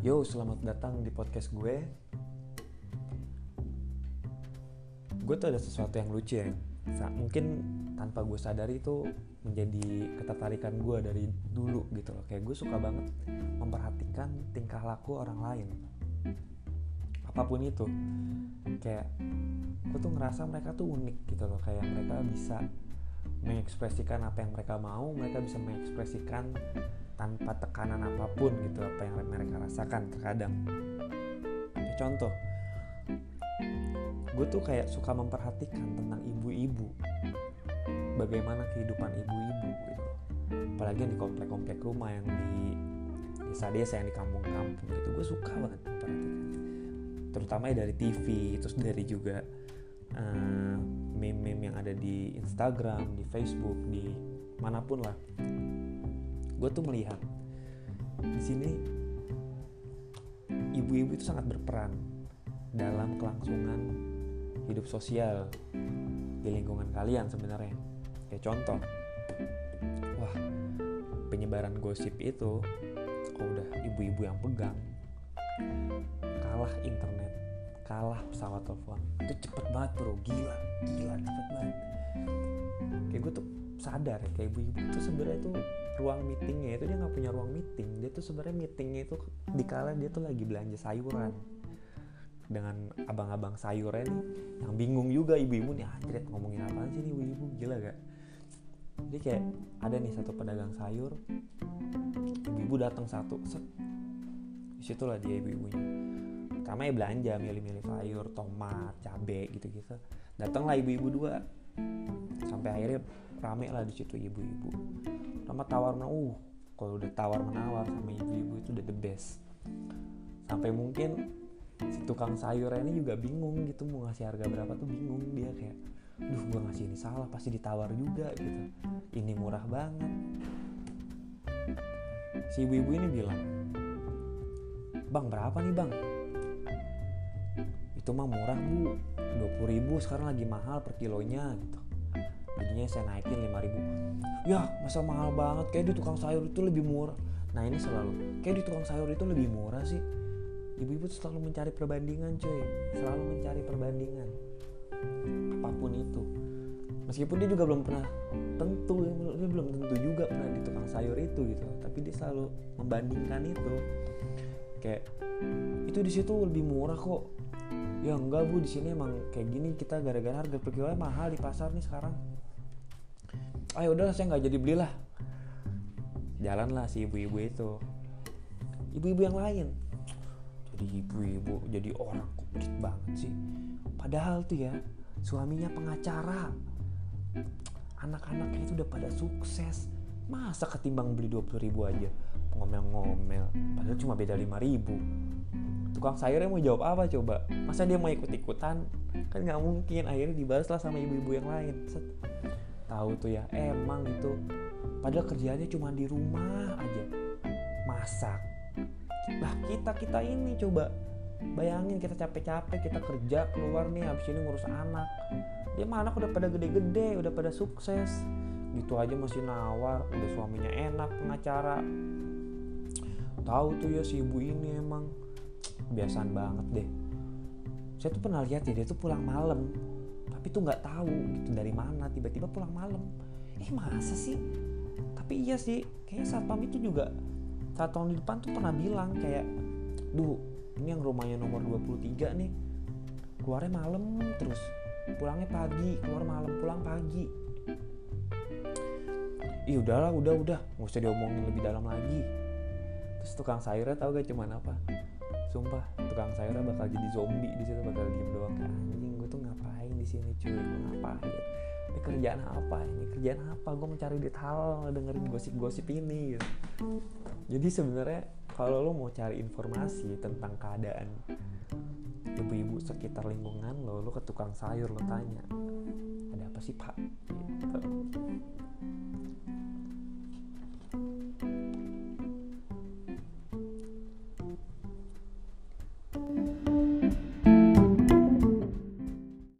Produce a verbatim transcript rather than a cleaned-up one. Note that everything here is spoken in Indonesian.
Yo, selamat datang di podcast gue. Gue tuh ada sesuatu yang lucu ya. Mungkin tanpa gue sadari itu menjadi ketertarikan gue dari dulu gitu loh. Kayak gue suka banget memperhatikan tingkah laku orang lain, apapun itu. Kayak gue tuh ngerasa mereka tuh unik gitu loh. Kayak mereka bisa mengekspresikan apa yang mereka mau. Mereka bisa mengekspresikan tanpa tekanan apapun gitu apa yang mereka rasakan terkadang. Ya, contoh, gue tuh kayak suka memperhatikan tentang ibu-ibu, bagaimana kehidupan ibu-ibu gitu. Apalagi di komplek-komplek rumah yang di desa-desa, yang di kampung-kampung gitu, gue suka banget memperhatikan. Terutama dari T V, terus dari juga uh, meme-meme yang ada di Instagram, di Facebook, di manapun lah. Gue tuh melihat di sini ibu-ibu itu sangat berperan dalam kelangsungan hidup sosial di lingkungan kalian sebenarnya. Kayak contoh, wah, penyebaran gosip itu kalau udah ibu-ibu yang pegang, kalah internet, kalah pesawat telepon, itu cepet banget bro, gila, gila cepet banget. Kayak gue tuh sadar ya, kayak ibu-ibu tuh sebenarnya tuh ruang meetingnya itu dia nggak punya ruang meeting, dia tuh sebenarnya meetingnya itu dikala dia tuh lagi belanja sayuran dengan abang-abang sayurnya nih, yang bingung juga ibu-ibu nih, anjir ngomongin apaan sih nih ibu-ibu, gila gak? Jadi kayak ada nih satu pedagang sayur, ibu-ibu datang satu, set, disitulah dia ibu-ibunya. Pertama ya belanja, milih-milih sayur, tomat, cabai gitu-gitu. Datanglah ibu-ibu dua, sampai akhirnya rame lah di situ ibu-ibu. Sama tawar menawar, uh, kalau udah tawar menawar sama ibu-ibu itu udah the best. Sampai mungkin si tukang sayurnya ini juga bingung gitu mau ngasih harga berapa tuh bingung, dia kayak, duh gue ngasih ini salah pasti ditawar juga gitu. Ini murah banget. Si ibu-ibu ini bilang, bang berapa nih bang? Itu mah murah bu, dua puluh ribu sekarang lagi mahal per kilonya gitu. Jadinya saya naikin lima ribu. Ya masa mahal banget, kayak di tukang sayur itu lebih murah. Nah ini selalu, kayak di tukang sayur itu lebih murah sih. Ibu-ibu tuh selalu mencari perbandingan cuy, selalu mencari perbandingan apapun itu. Meskipun dia juga belum pernah tentu, dia belum tentu juga pernah di tukang sayur itu gitu, tapi dia selalu membandingkan itu. Kayak itu di situ lebih murah kok. Ya enggak bu, di sini emang kayak gini, kita gara-gara harga per kilonya mahal di pasar nih sekarang. Ayo udah saya nggak jadi belilah. Jalanlah si ibu-ibu itu. Ibu-ibu yang lain. Jadi ibu-ibu jadi orang kok pelit banget sih. Padahal tuh ya suaminya pengacara. Anak-anaknya itu udah pada sukses. Masa ketimbang beli dua puluh ribu aja ngomel-ngomel. Padahal cuma beda lima ribu. Tukang sayurnya mau jawab apa coba? Masa dia mau ikut-ikutan? Kan gak mungkin. Akhirnya dibalas lah sama ibu-ibu yang lain. Set. Tahu tuh ya, emang itu padahal kerjaannya cuma di rumah aja, masak. Lah kita-kita ini coba bayangin, kita capek-capek, kita kerja keluar nih, habis ini ngurus anak. Dia mah anak udah pada gede-gede, udah pada sukses. Gitu aja masih nawar, udah suaminya enak pengacara. Tahu tuh ya si ibu ini emang kebiasaan banget deh. Saya tuh pernah lihat ya, dia tuh pulang malam, tapi tuh nggak tahu gitu dari mana tiba-tiba pulang malam. Eh masa sih? Tapi iya sih, kayaknya satpam itu juga satpam di depan tuh pernah bilang kayak, duh ini yang rumahnya nomor dua puluh tiga nih, keluarnya malam terus, pulangnya pagi, keluar malam, pulang pagi. Ih udahlah, udah udah, nggak usah diomongin lebih dalam lagi. Terus tukang sayurnya tahu gak cuman apa? Sumpah, tukang sayurnya bakal jadi zombie di situ, bakal diem doang. Anjing, gue tuh ngapain di sini cuy? Gue ngapain? Ini kerjaan apa? Ini kerjaan apa? Gue mencari duit halal, dengerin gosip-gosip ini. Gitu. Jadi sebenarnya kalau lo mau cari informasi tentang keadaan ibu-ibu sekitar lingkungan lo, lo ke tukang sayur lo tanya, ada apa sih pak? Gitu.